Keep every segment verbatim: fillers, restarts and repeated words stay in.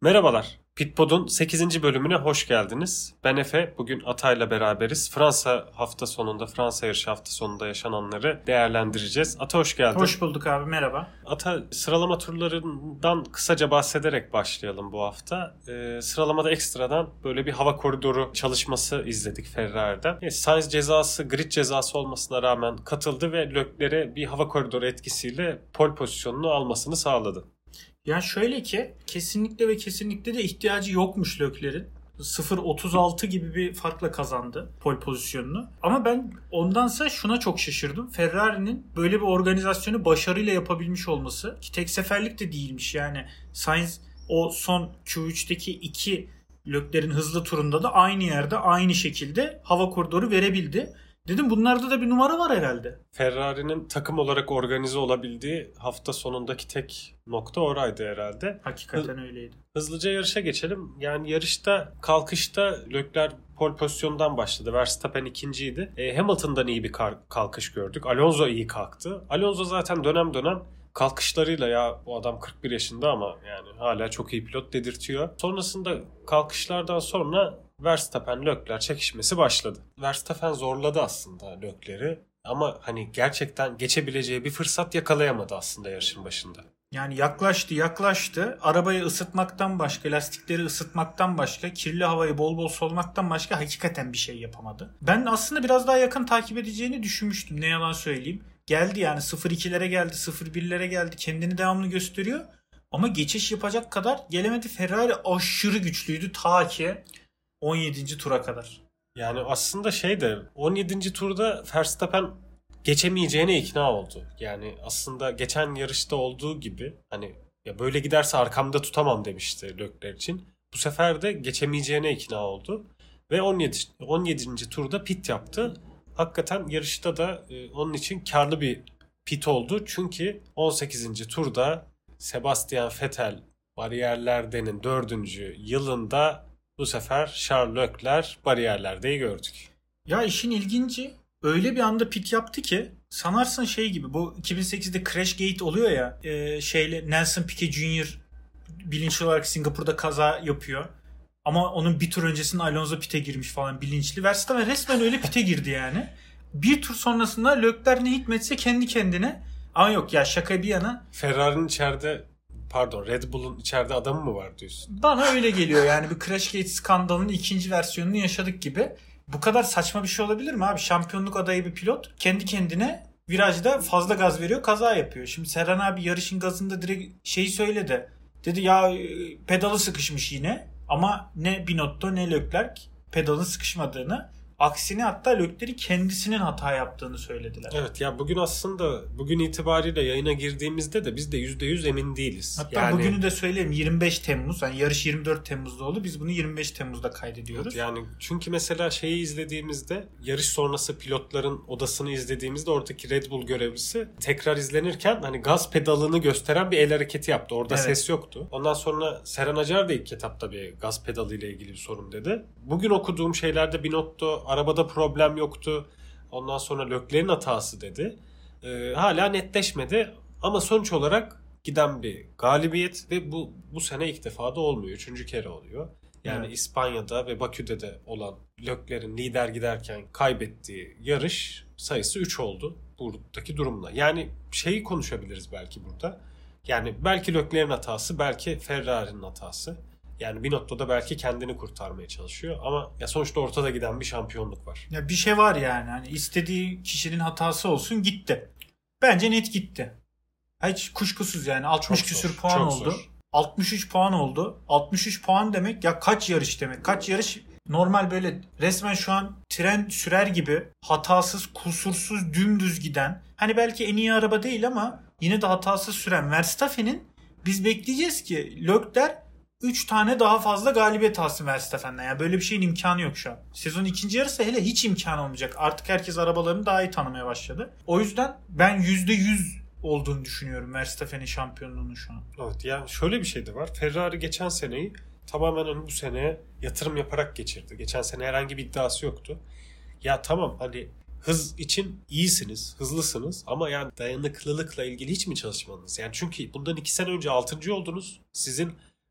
Merhabalar. Pitpod'un sekizinci bölümüne hoş geldiniz. Ben Efe. Bugün Atay'la beraberiz. Fransa hafta sonunda, Fransa yarışı hafta sonunda yaşananları değerlendireceğiz. Ata hoş geldin. Hoş bulduk abi, merhaba. Ata, sıralama turlarından kısaca bahsederek başlayalım bu hafta. Ee, sıralamada ekstradan böyle bir hava koridoru çalışması izledik Ferrari'den. E, Sainz cezası, grid cezası olmasına rağmen katıldı ve Leclerc'e bir hava koridoru etkisiyle pole pozisyonunu almasını sağladı. Yani şöyle ki kesinlikle ve kesinlikle de ihtiyacı yokmuş Leclerc'in. sıfır virgül otuz altı gibi bir farkla kazandı pole pozisyonunu. Ama ben ondansa şuna çok şaşırdım. Ferrari'nin böyle bir organizasyonu başarıyla yapabilmiş olması. Ki tek seferlik de değilmiş yani. Sainz o son Q üç'teki iki Leclerc'in hızlı turunda da aynı yerde aynı şekilde hava koridoru verebildi. Dedim bunlarda da bir numara var herhalde. Ferrari'nin takım olarak organize olabildiği hafta sonundaki tek nokta oraydı herhalde. Hakikaten Hı- öyleydi. Hızlıca yarışa geçelim. Yani yarışta, kalkışta Leclerc pole pozisyondan başladı. Verstappen ikinciydi. E, Hamilton'dan iyi bir kar- kalkış gördük. Alonso iyi kalktı. Alonso zaten dönem dönem kalkışlarıyla ya bu adam kırk bir yaşında ama yani hala çok iyi pilot dedirtiyor. Sonrasında kalkışlardan sonra Verstappen Leclerc çekişmesi başladı. Verstappen zorladı aslında Leclerc'i ama hani gerçekten geçebileceği bir fırsat yakalayamadı aslında yarışın başında. Yani yaklaştı yaklaştı. Arabayı ısıtmaktan başka, lastikleri ısıtmaktan başka, kirli havayı bol bol solmaktan başka hakikaten bir şey yapamadı. Ben aslında biraz daha yakın takip edeceğini düşünmüştüm. Ne yalan söyleyeyim. Geldi yani sıfır ikilere geldi, sıfır birlere geldi. Kendini devamlı gösteriyor. Ama geçiş yapacak kadar gelemedi. Ferrari aşırı güçlüydü ta ki on yedinci tura kadar. Yani aslında şey de on yedinci turda Verstappen geçemeyeceğine ikna oldu. Yani aslında geçen yarışta olduğu gibi hani ya böyle giderse arkamda tutamam demişti Leclerc için. Bu sefer de geçemeyeceğine ikna oldu ve on yedi on yedinci turda pit yaptı. Hakikaten yarışta da e, onun için karlı bir pit oldu. Çünkü on sekizinci turda Sebastian Vettel bariyerlerdenin dördüncü yılında bu sefer Charles Leclerc bariyerlerdeyi gördük. Ya işin ilginci öyle bir anda pit yaptı ki sanarsın şey gibi bu iki bin sekizde Crashgate oluyor ya e, şeyle Nelson Piquet Junior bilinçli olarak Singapur'da kaza yapıyor. Ama onun bir tur öncesinde Alonso pite girmiş falan bilinçli. Verstappen resmen öyle pite girdi yani. Bir tur sonrasında Leclerc ne hikmetse kendi kendine. Ama yok ya şaka bir yana. Ferrari'nin içeride pardon Red Bull'un içeride adamı mı var diyorsun? Bana öyle geliyor yani bir Crashgate skandalının ikinci versiyonunu yaşadık gibi. Bu kadar saçma bir şey olabilir mi abi? Şampiyonluk adayı bir pilot kendi kendine virajda fazla gaz veriyor, kaza yapıyor. Şimdi Serhan abi yarışın gazında direkt şeyi söyledi. Dedi ya pedalı sıkışmış yine. Ama ne Binotto ne Leclerc pedalın sıkışmadığını, aksine hatta Leclerc'i kendisinin hata yaptığını söylediler. Evet ya bugün aslında bugün itibariyle yayına girdiğimizde de biz de yüzde yüz emin değiliz. Hatta yani, bugünü de söyleyeyim yirmi beş Temmuz yani yarış yirmi dört Temmuz'da oldu. Biz bunu yirmi beş Temmuz'da kaydediyoruz. Evet, yani çünkü mesela şeyi izlediğimizde yarış sonrası pilotların odasını izlediğimizde oradaki Red Bull görevlisi tekrar izlenirken hani gaz pedalını gösteren bir el hareketi yaptı. Orada evet. Ses yoktu. Ondan sonra Serhan Acar da ilk etapta bir gaz pedalı ile ilgili bir sorun dedi. Bugün okuduğum şeylerde Binotto arabada problem yoktu. Ondan sonra Leclerc'in hatası dedi. Ee, hala netleşmedi ama sonuç olarak giden bir galibiyet ve bu bu sene ilk defa da olmuyor. Üçüncü kere oluyor. Yani evet. İspanya'da ve Bakü'de de olan Leclerc'in lider giderken kaybettiği yarış sayısı üç oldu buradaki durumla. Yani şeyi konuşabiliriz belki burada. Yani belki Leclerc'in hatası, belki Ferrari'nin hatası. Yani Binotto da belki kendini kurtarmaya çalışıyor ama ya sonuçta ortada giden bir şampiyonluk var. Ya bir şey var yani. Hani istediği kişinin hatası olsun gitti. Bence net gitti. Hiç kuşkusuz yani altmış çok küsür zor, puan oldu. Zor. altmış üç puan oldu. altmış üç puan demek ya kaç yarış demek. Kaç yarış normal böyle resmen şu an tren sürer gibi hatasız, kusursuz, dümdüz giden. Hani belki en iyi araba değil ama yine de hatasız süren Verstappen'in biz bekleyeceğiz ki Leclerc üç tane daha fazla galibiyet alsın Verstappen'den. Yani böyle bir şeyin imkanı yok şu an. Sezonun ikinci yarısı hele hiç imkan olmayacak. Artık herkes arabalarını daha iyi tanımaya başladı. O yüzden ben yüzde yüz olduğunu düşünüyorum Verstappen'in şampiyonluğunun şu an. Evet yani şöyle bir şey de var. Ferrari geçen seneyi tamamen bu seneye yatırım yaparak geçirdi. Geçen sene herhangi bir iddiası yoktu. Ya tamam hani hız için iyisiniz, hızlısınız ama yani dayanıklılıkla ilgili hiç mi çalışmadınız? Yani çünkü bundan iki sene önce altıncı oldunuz. Sizin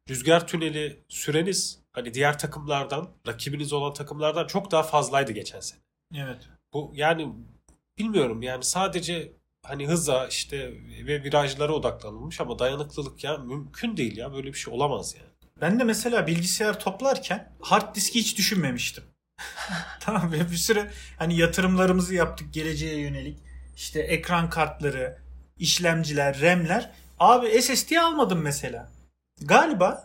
rüzgar tüneli süreniz hani diğer takımlardan, rakibiniz olan takımlardan çok daha fazlaydı geçen sene. Evet. Bu yani bilmiyorum yani sadece hani hıza işte ve virajlara odaklanılmış ama dayanıklılık ya mümkün değil ya, böyle bir şey olamaz yani. Ben de mesela bilgisayar toplarken hard diski hiç düşünmemiştim. Tamam, bir süre hani yatırımlarımızı yaptık geleceğe yönelik. İşte ekran kartları, işlemciler, RAM'ler. Abi S S D almadım mesela. Galiba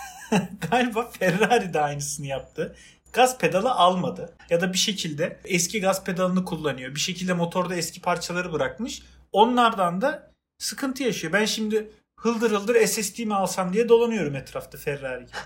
galiba Ferrari de aynısını yaptı. Gaz pedalı almadı. Ya da bir şekilde eski gaz pedalını kullanıyor. Bir şekilde motorda eski parçaları bırakmış. Onlardan da sıkıntı yaşıyor. Ben şimdi hıldır hıldır S S D mi alsam diye dolanıyorum etrafta Ferrari gibi.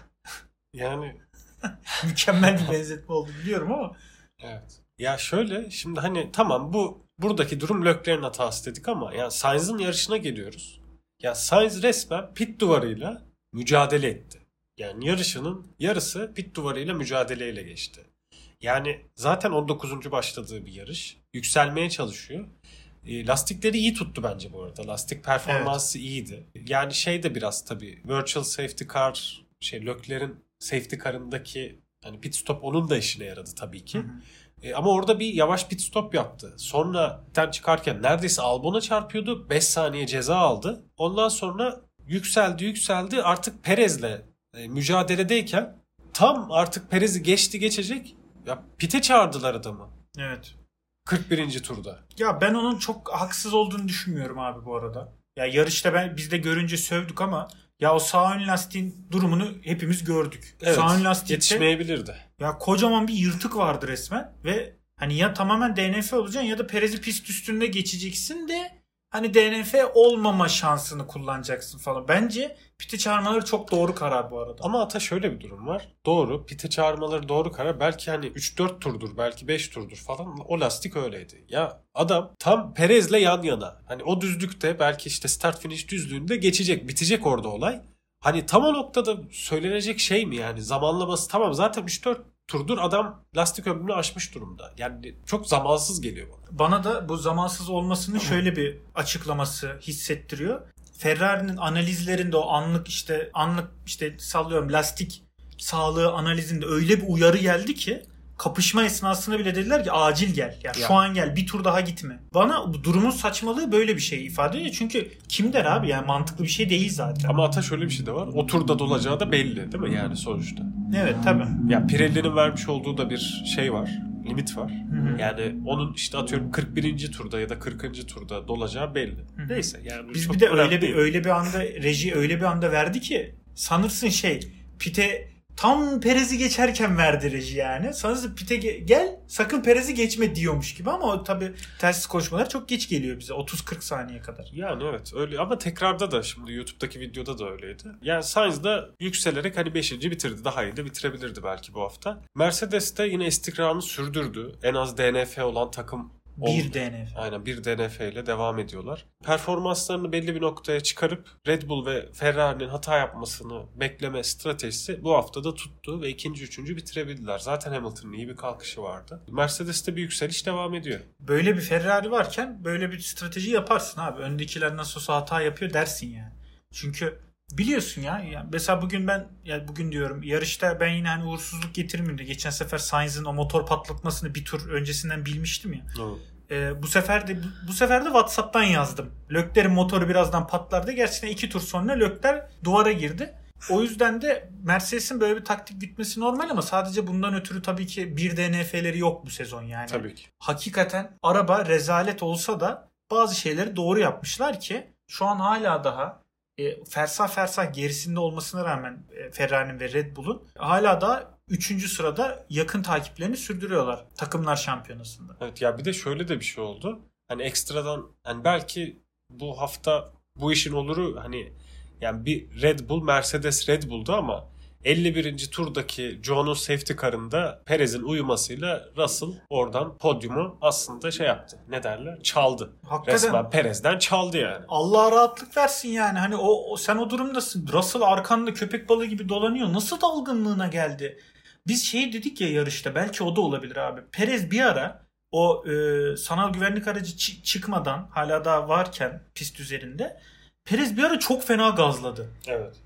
Yani mükemmel bir benzetme oldu biliyorum ama. Evet. Ya şöyle şimdi hani tamam bu buradaki durum Leclerc'in hatası dedik ama ya Sainz'ın yarışına geliyoruz. Ya Sainz resmen pit duvarıyla mücadele etti. Yani yarışının yarısı pit duvarıyla mücadeleyle geçti. Yani zaten on dokuzuncu başladığı bir yarış. Yükselmeye çalışıyor. E, lastikleri iyi tuttu bence bu arada. Lastik performansı evet. iyiydi. Yani şey de biraz tabii virtual safety car, şey Leclerc'in safety car'ındaki hani pit stop onun da işine yaradı tabii ki. Hı hı. E, ama orada bir yavaş pit stop yaptı. Sonra ten çıkarken neredeyse Albon'a çarpıyordu. beş saniye ceza aldı. Ondan sonra yükseldi yükseldi. Artık Perez'le e, mücadeledeyken tam artık Perez'i geçti geçecek. Ya pite çağırdılar adamı. Evet. kırk birinci turda. Ya ben onun çok haksız olduğunu düşünmüyorum abi bu arada. Ya yarışta ben biz de görünce sövdük ama ya o sağ ön lastiğin durumunu hepimiz gördük. Evet, sağ ön lastikte yetişmeyebilirdi. Ya kocaman bir yırtık vardı resmen ve hani ya tamamen D N F olacaksın ya da Perez'i pist üstünde geçeceksin de hani D N F olmama şansını kullanacaksın falan. Bence pite çağırmaları çok doğru karar bu arada. Ama ata şöyle bir durum var. Doğru, pite çağırmaları doğru karar. Belki hani üç dört turdur, belki beş turdur falan o lastik öyleydi. Ya adam tam Perez'le yan yana. Hani o düzlükte belki işte start finish düzlüğünde geçecek, bitecek orada olay. Hani tam o noktada söylenecek şey mi yani, zamanlaması tamam zaten üç dört turdur adam lastik ömrünü aşmış durumda. Yani çok zamansız geliyor bana. Bana da bu zamansız olmasının şöyle bir açıklaması hissettiriyor. Ferrari'nin analizlerinde o anlık işte anlık işte sallıyorum lastik sağlığı analizinde öyle bir uyarı geldi ki kapışma esnasında bile dediler ki acil gel. Yani ya. Şu an gel, bir tur daha gitme. Bana bu durumun saçmalığı böyle bir şey ifade ediyor. Çünkü kim der abi, yani mantıklı bir şey değil zaten. Ama ata şöyle bir şey de var. O turda dolacağı da belli değil mi yani sonuçta? Evet tabii. Ya Pirelli'nin vermiş olduğu da bir şey var. Limit var. Hı hı. Yani onun işte atıyorum kırk birinci turda ya da kırkıncı turda dolacağı belli. Hı hı. Neyse yani. Biz bir de öyle bir öyle bir anda reji öyle bir anda verdi ki sanırsın şey pite tam Perez'i geçerken verdi reji yani. Sanırsın pite ge- gel sakın Perez'i geçme diyormuş gibi ama o tabii telsiz koşmalar çok geç geliyor bize. otuz kırk saniye kadar. Yani evet öyle ama tekrarda da şimdi YouTube'daki videoda da öyleydi. Yani Sainz da yükselerek hani beşinci bitirdi. Daha iyi de bitirebilirdi belki bu hafta. Mercedes de yine istikrarını sürdürdü. En az D N F olan takım Bir D N F. Aynen bir D N F ile devam ediyorlar. Performanslarını belli bir noktaya çıkarıp Red Bull ve Ferrari'nin hata yapmasını bekleme stratejisi bu hafta da tuttu ve ikinci, üçüncü bitirebildiler. Zaten Hamilton'ın iyi bir kalkışı vardı. Mercedes'te bir yükseliş devam ediyor. Böyle bir Ferrari varken böyle bir strateji yaparsın abi. Öndekiler nasıl olsa hata yapıyor dersin yani. Çünkü biliyorsun ya, ya mesela bugün ben ya bugün diyorum yarışta ben yine hani uğursuzluk getirmeyeyim de geçen sefer Sainz'in o motor patlatmasını bir tur öncesinden bilmiştim ya. Evet. Ee, bu sefer de bu sefer de WhatsApp'tan yazdım. Leclerc'in motoru birazdan patlardı. Gerçekten iki tur sonra Leclerc duvara girdi. O yüzden de Mercedes'in böyle bir taktik gütmesi normal ama sadece bundan ötürü tabii ki bir D N F'leri yok bu sezon yani. Tabii ki. Hakikaten araba rezalet olsa da bazı şeyleri doğru yapmışlar ki şu an hala daha E, fersah fersah gerisinde olmasına rağmen e, Ferrari'nin ve Red Bull'un hala da üçüncü sırada yakın takiplerini sürdürüyorlar takımlar şampiyonasında. Evet ya bir de şöyle de bir şey oldu. Hani ekstradan hani belki bu hafta bu işin oluru hani yani bir Red Bull Mercedes Red Bull'du ama elli birinci turdaki John'un safety car'ında Perez'in uyumasıyla Russell oradan podyumu aslında şey yaptı. Ne derler? Çaldı. Hakikaten, resmen Perez'den çaldı yani. Allah rahatlık versin yani. Hani o, o sen o durumdasın. Russell arkanda köpek balığı gibi dolanıyor. Nasıl dalgınlığına geldi? Biz şey dedik ya yarışta, belki o da olabilir abi. Perez bir ara o e, sanal güvenlik aracı ç- çıkmadan hala daha varken pist üzerinde Perez bir ara çok fena gazladı. Evet.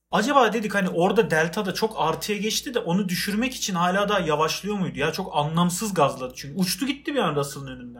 Acaba dedik hani orada delta da çok artıya geçti de onu düşürmek için hala daha yavaşlıyor muydu? Ya çok anlamsız gazladı çünkü. Uçtu gitti bir an Russell'ın önünden.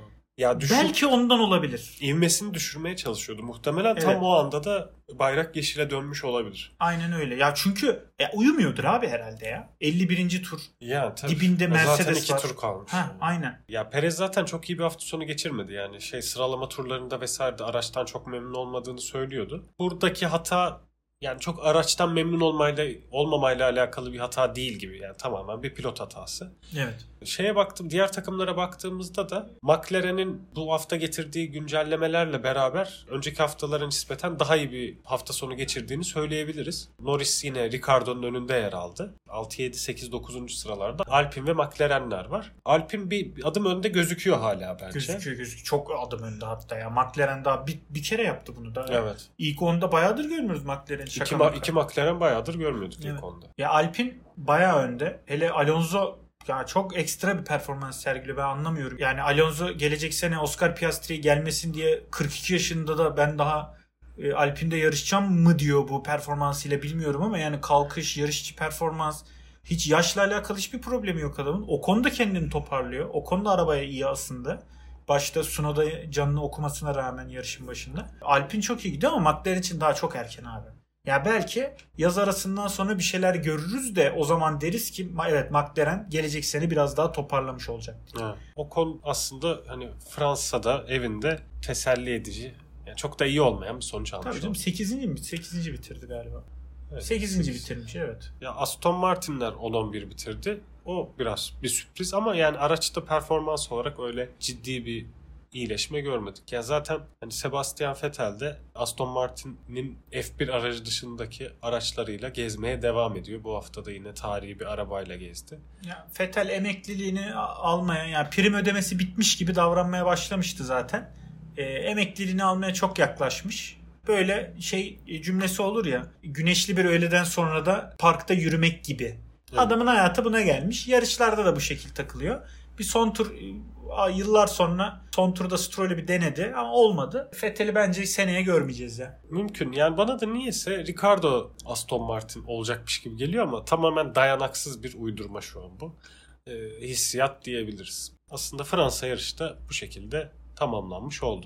Ya düşür... Belki ondan olabilir. İvmesini düşürmeye çalışıyordu. Muhtemelen Evet. tam o anda da bayrak yeşile dönmüş olabilir. Aynen öyle. Ya çünkü e, uyumuyordur abi herhalde ya. elli birinci tur. Ya tabii. Dibinde o Mercedes zaten iki var. tur kalmış. Ha, yani. aynen. Ya Perez zaten çok iyi bir hafta sonu geçirmedi yani. Şey sıralama turlarında vesaire de araçtan çok memnun olmadığını söylüyordu. Buradaki hata yani çok araçtan memnun olmayla olmamayla alakalı bir hata değil gibi. Yani tamamen bir pilot hatası. Evet. Şeye baktım, diğer takımlara baktığımızda da McLaren'in bu hafta getirdiği güncellemelerle beraber önceki haftalara nispeten daha iyi bir hafta sonu geçirdiğini söyleyebiliriz. Norris yine Ricardo'nun önünde yer aldı. altı, yedi, sekiz, dokuzuncu sıralarda Alpine ve McLaren'ler var. Alpine bir adım önde gözüküyor hala bence. Gözüküyor gözüküyor. Çok adım önde hatta ya. McLaren daha bir, bir kere yaptı bunu da. Evet. İlk onda bayağıdır görmüyoruz McLaren'i. İki, ma- iki McLaren bayağıdır görmüyorduk evet. ilk onda. Ya Alpine bayağı önde. Hele Alonso ya çok ekstra bir performans sergiliyor. Ben anlamıyorum. Yani Alonso gelecek sene Oscar Piastri'ye gelmesin diye kırk iki yaşında da ben daha e, Alpine'de yarışacağım mı diyor bu performansıyla bilmiyorum ama yani kalkış, yarışçı performans hiç yaşla alakalı hiçbir problemi yok adamın. Ocon da kendini toparlıyor. Ocon da arabaya iyi aslında. Başta Tsunoda canını okumasına rağmen yarışın başında. Alpine çok iyi gidiyor ama McLaren için daha çok erken abi. Ya belki yaz arasından sonra bir şeyler görürüz de o zaman deriz ki evet McLaren gelecek sene biraz daha toparlamış olacak. Evet. Ocon aslında hani Fransa'da evinde teselli edici. Yani çok da iyi olmayan bir sonuç almış. Tabii canım sekizinci mi? sekizinci bitirdi galiba. Evet, sekizinci bitirmiş evet. Ya Aston Martin'ler on on bir bitirdi. O biraz bir sürpriz ama yani araçta performans olarak öyle ciddi bir iyileşme görmedik. Yani zaten hani Sebastian Vettel de Aston Martin'in F bir aracı dışındaki araçlarıyla gezmeye devam ediyor. Bu hafta da yine tarihi bir arabayla gezdi. Ya Vettel emekliliğini almaya yani prim ödemesi bitmiş gibi davranmaya başlamıştı zaten. E, emekliliğini almaya çok yaklaşmış. Böyle şey cümlesi olur ya, güneşli bir öğleden sonra da parkta yürümek gibi. Evet. Adamın hayatı buna gelmiş. Yarışlarda da bu şekilde takılıyor. Bir son tur yıllar sonra son turda Stroll'ü bir denedi ama olmadı. Vettel'i bence seneye görmeyeceğiz ya. Mümkün. Yani bana da niyeyse Ricardo Aston Martin olacakmış gibi geliyor ama tamamen dayanaksız bir uydurma şu an bu. E, hissiyat diyebiliriz. Aslında Fransa yarışı da bu şekilde tamamlanmış oldu.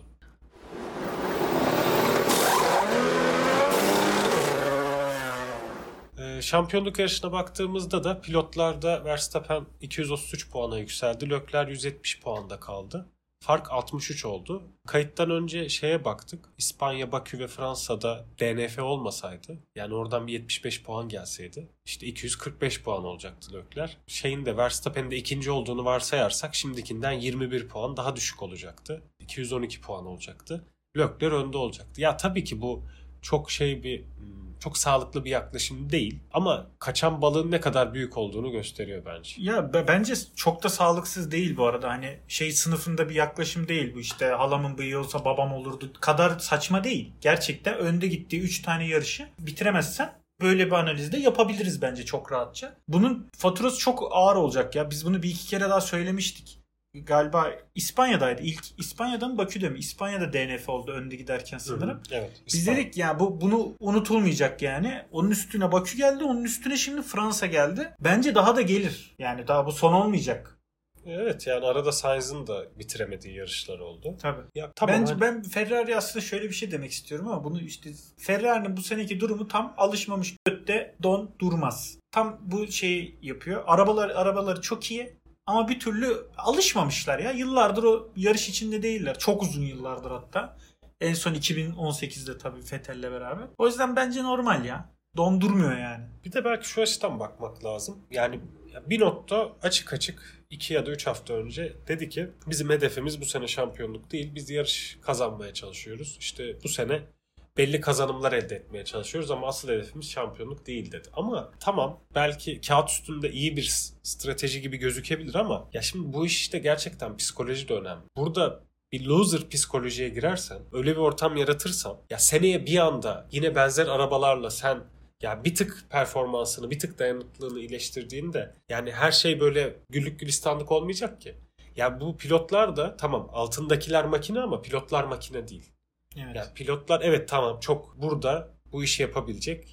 Şampiyonluk yarışına baktığımızda da pilotlarda Verstappen iki yüz otuz üç puana yükseldi. Leclerc yüz yetmiş puanda kaldı. Fark altmış üç oldu. Kayıttan önce şeye baktık. İspanya, Bakü ve Fransa'da D N F olmasaydı yani oradan bir yetmiş beş puan gelseydi işte iki yüz kırk beş puan olacaktı Leclerc. Şeyin de Verstappen'in de ikinci olduğunu varsayarsak şimdikinden yirmi bir puan daha düşük olacaktı. iki yüz on iki puan olacaktı. Leclerc önde olacaktı. Ya tabii ki bu çok şey bir çok sağlıklı bir yaklaşım değil ama kaçan balığın ne kadar büyük olduğunu gösteriyor bence. Ya b- bence çok da sağlıksız değil bu arada. Hani şey sınıfında bir yaklaşım değil bu işte halamın bıyığı olsa babam olurdu kadar saçma değil. Gerçekten önde gittiği üç tane yarışı bitiremezsen böyle bir analizde yapabiliriz bence çok rahatça. Bunun faturası çok ağır olacak ya. Biz bunu bir iki kere daha söylemiştik. Galiba İspanya'daydı. İlk İspanya'da mı Bakü'de mi? İspanya'da D N F oldu önde giderken sanırım. Hı hı, evet. Biz dedik ya bu bunu unutulmayacak yani. Onun üstüne Bakü geldi. Onun üstüne şimdi Fransa geldi. Bence daha da gelir. Yani daha bu son olmayacak. Evet yani arada Sainz'ın da bitiremediği yarışlar oldu. Tabii. Ya, tamam, Bence hani... ben Ferrari aslında şöyle bir şey demek istiyorum ama bunu işte Ferrari'nin bu seneki durumu tam alışmamış götte don durmaz. Tam bu şeyi yapıyor. Arabalar arabaları çok iyi. Ama bir türlü alışmamışlar ya. Yıllardır o yarış içinde değiller. Çok uzun yıllardır hatta. En son iki bin on sekizde tabii Vettel'le beraber. O yüzden bence normal ya. Dondurmuyor yani. Bir de belki şu açıdan bakmak lazım. Yani Binotto açık açık iki ya da üç hafta önce dedi ki bizim hedefimiz bu sene şampiyonluk değil. Biz yarış kazanmaya çalışıyoruz. İşte bu sene belli kazanımlar elde etmeye çalışıyoruz ama asıl hedefimiz şampiyonluk değil dedi. Ama tamam belki kağıt üstünde iyi bir strateji gibi gözükebilir ama ya şimdi bu iş işte gerçekten psikoloji de önemli. Burada bir loser psikolojiye girersen, öyle bir ortam yaratırsan ya seneye bir anda yine benzer arabalarla sen ya bir tık performansını, bir tık dayanıklılığını iyileştirdiğinde yani her şey böyle güllük gülistanlık olmayacak ki. Ya bu pilotlar da tamam altındakiler makine ama pilotlar makine değil. Evet. Yani pilotlar evet tamam çok burada bu işi yapabilecek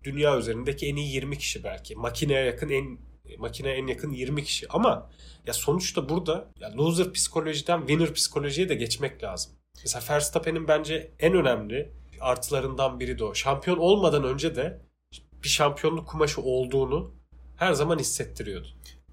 dünya üzerindeki en iyi yirmi kişi belki. Makineye yakın en makineye en yakın yirmi kişi. Ama ya sonuçta burada ya loser psikolojiden winner psikolojiye de geçmek lazım. Mesela Verstappen'in bence en önemli artılarından biri de o. Şampiyon olmadan önce de bir şampiyonluk kumaşı olduğunu her zaman hissettiriyordu.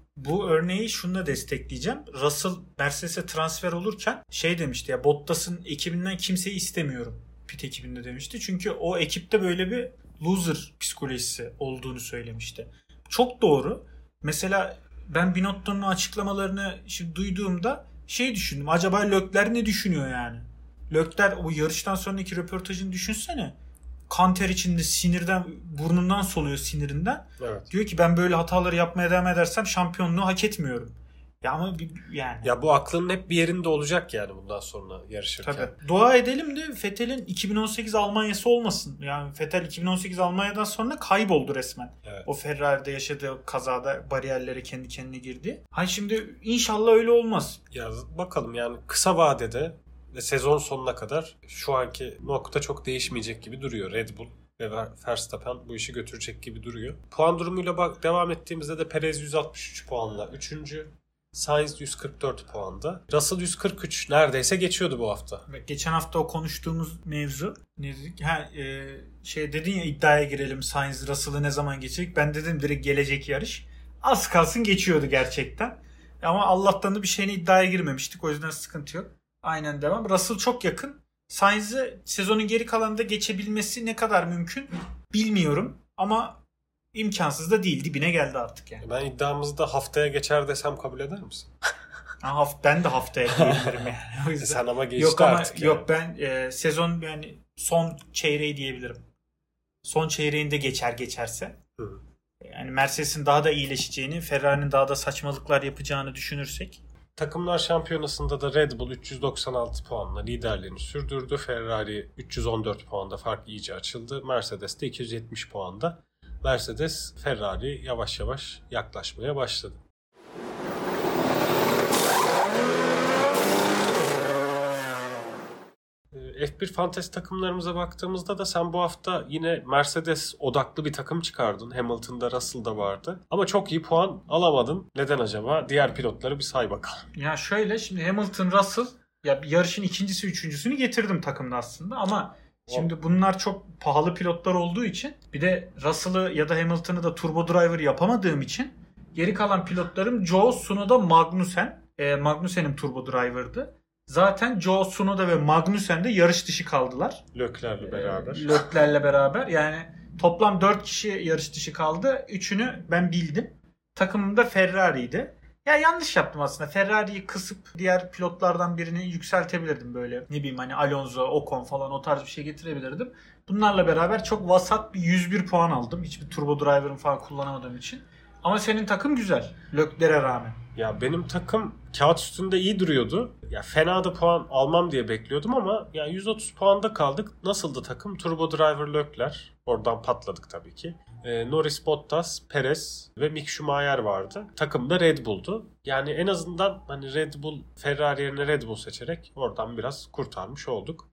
Bu örneği şununla destekleyeceğim. Russell Mercedes'e transfer olurken şey demişti ya, Bottas'ın ekibinden kimseyi istemiyorum. Pit ekibinde demişti. Çünkü o ekipte böyle bir loser psikolojisi olduğunu söylemişti. Çok doğru. Mesela ben Binotto'nun açıklamalarını şimdi duyduğumda şey düşündüm. Acaba Leclerc ne düşünüyor yani? Leclerc o yarıştan sonraki röportajını düşünsene. Kan ter içinde, sinirden, burnundan soluyor sinirinden. Evet. Diyor ki ben böyle hataları yapmaya devam edersem şampiyonluğu hak etmiyorum. Ya ama bir, yani. Ya bu aklının hep bir yerinde olacak yani bundan sonra yarışırken. Tabii. Dua edelim de Vettel'in iki bin on sekiz Almanya'sı olmasın. Yani Vettel iki bin on sekiz Almanya'dan sonra kayboldu resmen. Evet. O Ferrari'de yaşadığı kazada bariyerlere kendi kendine girdi. Hay şimdi inşallah öyle olmaz. Ya bakalım yani kısa vadede ve sezon sonuna kadar şu anki nokta çok değişmeyecek gibi duruyor. Red Bull ve Verstappen bu işi götürecek gibi duruyor. Puan durumuyla bak devam ettiğimizde de Perez yüz altmış üç puanla üçüncü. Sainz yüz kırk dört puanda. Russell yüz kırk üç neredeyse geçiyordu bu hafta. Geçen hafta o konuştuğumuz mevzu ne dedik? Ha, e, şey dedin ya, iddiaya girelim Sainz Russell'ı ne zaman geçecek? Ben dedim direkt gelecek yarış. Az kalsın geçiyordu gerçekten. Ama Allah'tan da bir şeyine iddiaya girmemiştik. O yüzden sıkıntı yok. Aynen devam. Russell çok yakın. Sainz'ı sezonun geri kalanında geçebilmesi ne kadar mümkün bilmiyorum. Ama imkansız da değil. Dibine geldi artık yani. Ben iddiamızda haftaya geçer desem kabul eder misin? Ha, ben de haftaya diyebilirim yani. O yüzden. Sen ama geçti yok ama, artık. Yok yani. ben e, sezon yani son çeyreği diyebilirim. Son çeyreğinde geçer geçerse. Hı. Yani Mercedes'in daha da iyileşeceğini, Ferrari'nin daha da saçmalıklar yapacağını düşünürsek. Takımlar Şampiyonası'nda da Red Bull üç yüz doksan altı puanla liderliğini sürdürdü. Ferrari üç yüz on dört puanda fark iyice açıldı. Mercedes de iki yüz yetmiş puanda. Mercedes, Ferrari yavaş yavaş yaklaşmaya başladı. F bir Fantasy takımlarımıza baktığımızda da sen bu hafta yine Mercedes odaklı bir takım çıkardın. Hamilton'da, Russell'da vardı. Ama çok iyi puan alamadın. Neden acaba? Diğer pilotları bir say bakalım. Ya şöyle, şimdi Hamilton, Russell ya yarışın ikincisi, üçüncüsünü getirdim takımda aslında ama şimdi bunlar çok pahalı pilotlar olduğu için, bir de Russell'ı ya da Hamilton'ı da turbo driver yapamadığım için geri kalan pilotlarım Joe, Tsunoda, Magnussen. E, Magnussen'im turbo driver'dı. Zaten Joe, Tsunoda ve Magnussen de yarış dışı kaldılar. Leclerc'le beraber. E, Leclerc'le beraber. Yani toplam dört kişi yarış dışı kaldı. Üçünü ben bildim. Takımımda Ferrari'ydi. Ya yanlış yaptım aslında. Ferrari'yi kısıp diğer pilotlardan birini yükseltebilirdim böyle. Ne bileyim hani Alonso, Ocon falan o tarz bir şey getirebilirdim. Bunlarla beraber çok vasat bir yüz bir puan aldım. Hiçbir turbo driver'ın falan kullanamadığım için. Ama senin takım güzel. Leclerc'e rağmen. Ya benim takım kağıt üstünde iyi duruyordu. Ya fena da puan almam diye bekliyordum ama ya yüz otuz puanda kaldık. Nasıldı takım? Turbo driver Leclerc. Oradan patladık tabii ki. Ee, Norris, Bottas, Perez ve Mick Schumacher vardı. Takım da Red Bull'du. Yani en azından hani Red Bull, Ferrari yerine Red Bull seçerek oradan biraz kurtarmış olduk.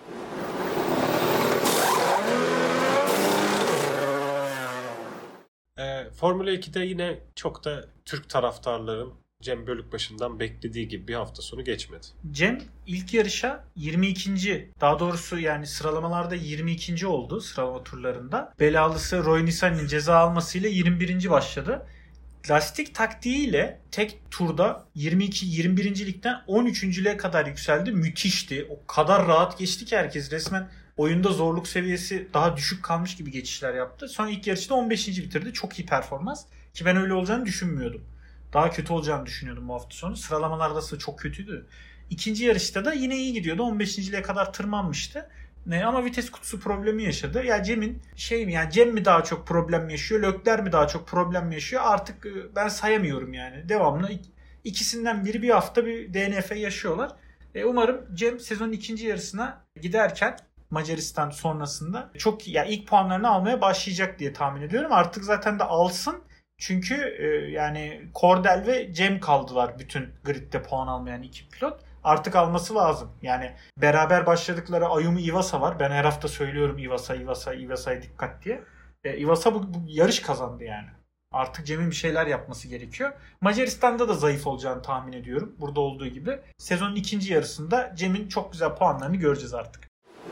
Ee, Formula ikide yine çok da Türk taraftarların Cem Bölükbaşı'ndan beklediği gibi bir hafta sonu geçmedi. Cem ilk yarışa yirmi ikinci daha doğrusu yani sıralamalarda yirmi ikinci oldu sıralama turlarında. Belalısı Roy Nissany'nin ceza almasıyla yirmi birinci başladı. Lastik taktiğiyle tek turda yirmi iki yirmi birincilikten on üçüncülüğe kadar yükseldi. Müthişti. O kadar rahat geçti ki herkes resmen oyunda zorluk seviyesi daha düşük kalmış gibi geçişler yaptı. Sonra ilk yarışta on beşinci bitirdi. Çok iyi performans. Ki ben öyle olacağını düşünmüyordum. Daha kötü olacağını düşünüyordum bu hafta sonu. Sıralamalarda çok kötüydü. İkinci yarışta da yine iyi gidiyordu. on beşinciliğe kadar tırmanmıştı. Ne, ama vites kutusu problemi yaşadı. Ya Cem'in şey mi yani Cem mi daha çok problem yaşıyor, Leclerc mi daha çok problem yaşıyor? Artık ben sayamıyorum yani. Devamlı ikisinden biri bir hafta bir D N F yaşıyorlar. E, umarım Cem sezonun ikinci yarısına giderken Macaristan sonrasında çok ya ilk puanlarını almaya başlayacak diye tahmin ediyorum. Artık zaten de alsın. Çünkü e, yani Cordel ve Cem kaldılar bütün gridde puan almayan iki pilot. Artık alması lazım. Yani beraber başladıkları Ayumu Iwasa var. Ben her hafta söylüyorum Iwasa, Iwasa, Iwasa'ya dikkat diye. E, Iwasa bu, bu yarış kazandı yani. Artık Cem'in bir şeyler yapması gerekiyor. Macaristan'da da zayıf olacağını tahmin ediyorum. Burada olduğu gibi. Sezonun ikinci yarısında Cem'in çok güzel puanlarını göreceğiz artık.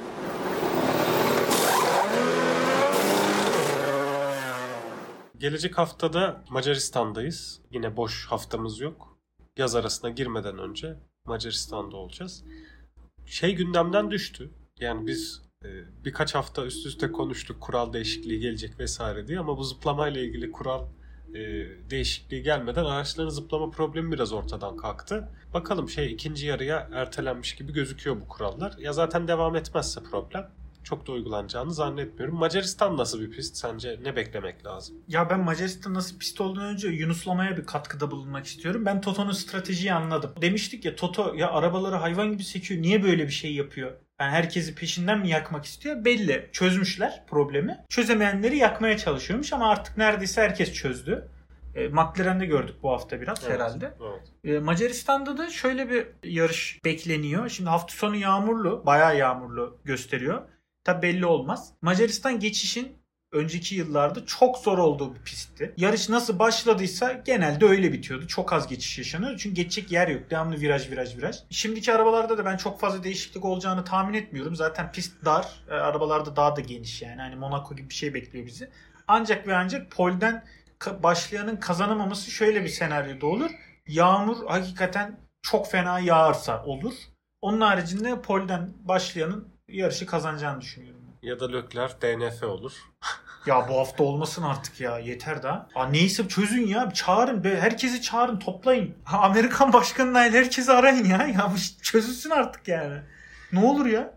Gelecek haftada Macaristan'dayız. Yine boş haftamız yok. Yaz arasına girmeden önce Macaristan'da olacağız. Şey gündemden düştü. Yani biz e, birkaç hafta üst üste konuştuk kural değişikliği gelecek vesaire diye ama bu zıplamayla ilgili kural e, değişikliği gelmeden araçların zıplama problemi biraz ortadan kalktı. Bakalım şey ikinci yarıya ertelenmiş gibi gözüküyor bu kurallar. Ya zaten devam etmezse problem çok da uygulanacağını zannetmiyorum. Macaristan nasıl bir pist? Sence ne beklemek lazım? Ya ben Macaristan nasıl bir pist olduğundan önce Yunuslama'ya bir katkıda bulunmak istiyorum. Ben Toto'nun stratejiyi anladım. Demiştik ya Toto ya arabaları hayvan gibi sekiyor. Niye böyle bir şey yapıyor? Yani herkesi peşinden mi yakmak istiyor? Belli. Çözmüşler problemi. Çözemeyenleri yakmaya çalışıyormuş ama artık neredeyse herkes çözdü. E, McLaren'de gördük bu hafta biraz evet, herhalde. Evet. E, Macaristan'da da şöyle bir yarış bekleniyor. Şimdi hafta sonu yağmurlu. Bayağı yağmurlu gösteriyor. Tabi belli olmaz. Macaristan geçişin önceki yıllarda çok zor olduğu bir pistti. Yarış nasıl başladıysa genelde öyle bitiyordu. Çok az geçiş yaşanıyor. Çünkü geçecek yer yok. Devamlı viraj viraj viraj. Şimdiki arabalarda da ben çok fazla değişiklik olacağını tahmin etmiyorum. Zaten pist dar. E, arabalarda daha da geniş yani. Hani Monaco gibi bir şey bekliyor bizi. Ancak ve ancak pole'den başlayanın kazanamaması şöyle bir senaryoda olur. Yağmur hakikaten çok fena yağarsa olur. Onun haricinde pole'den başlayanın yarışı kazanacağını düşünüyorum. Ya da Leclerc D N F olur. Ya bu hafta olmasın artık ya. Yeter daha. Aa, neyse çözün ya. Çağırın. Herkesi çağırın. Toplayın. Ha, Amerikan başkanına herkesi arayın ya. Ya bu çözülsün artık yani. Ne olur ya.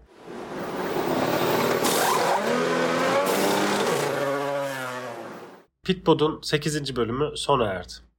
Pitpod'un sekizinci bölümü sona erdi.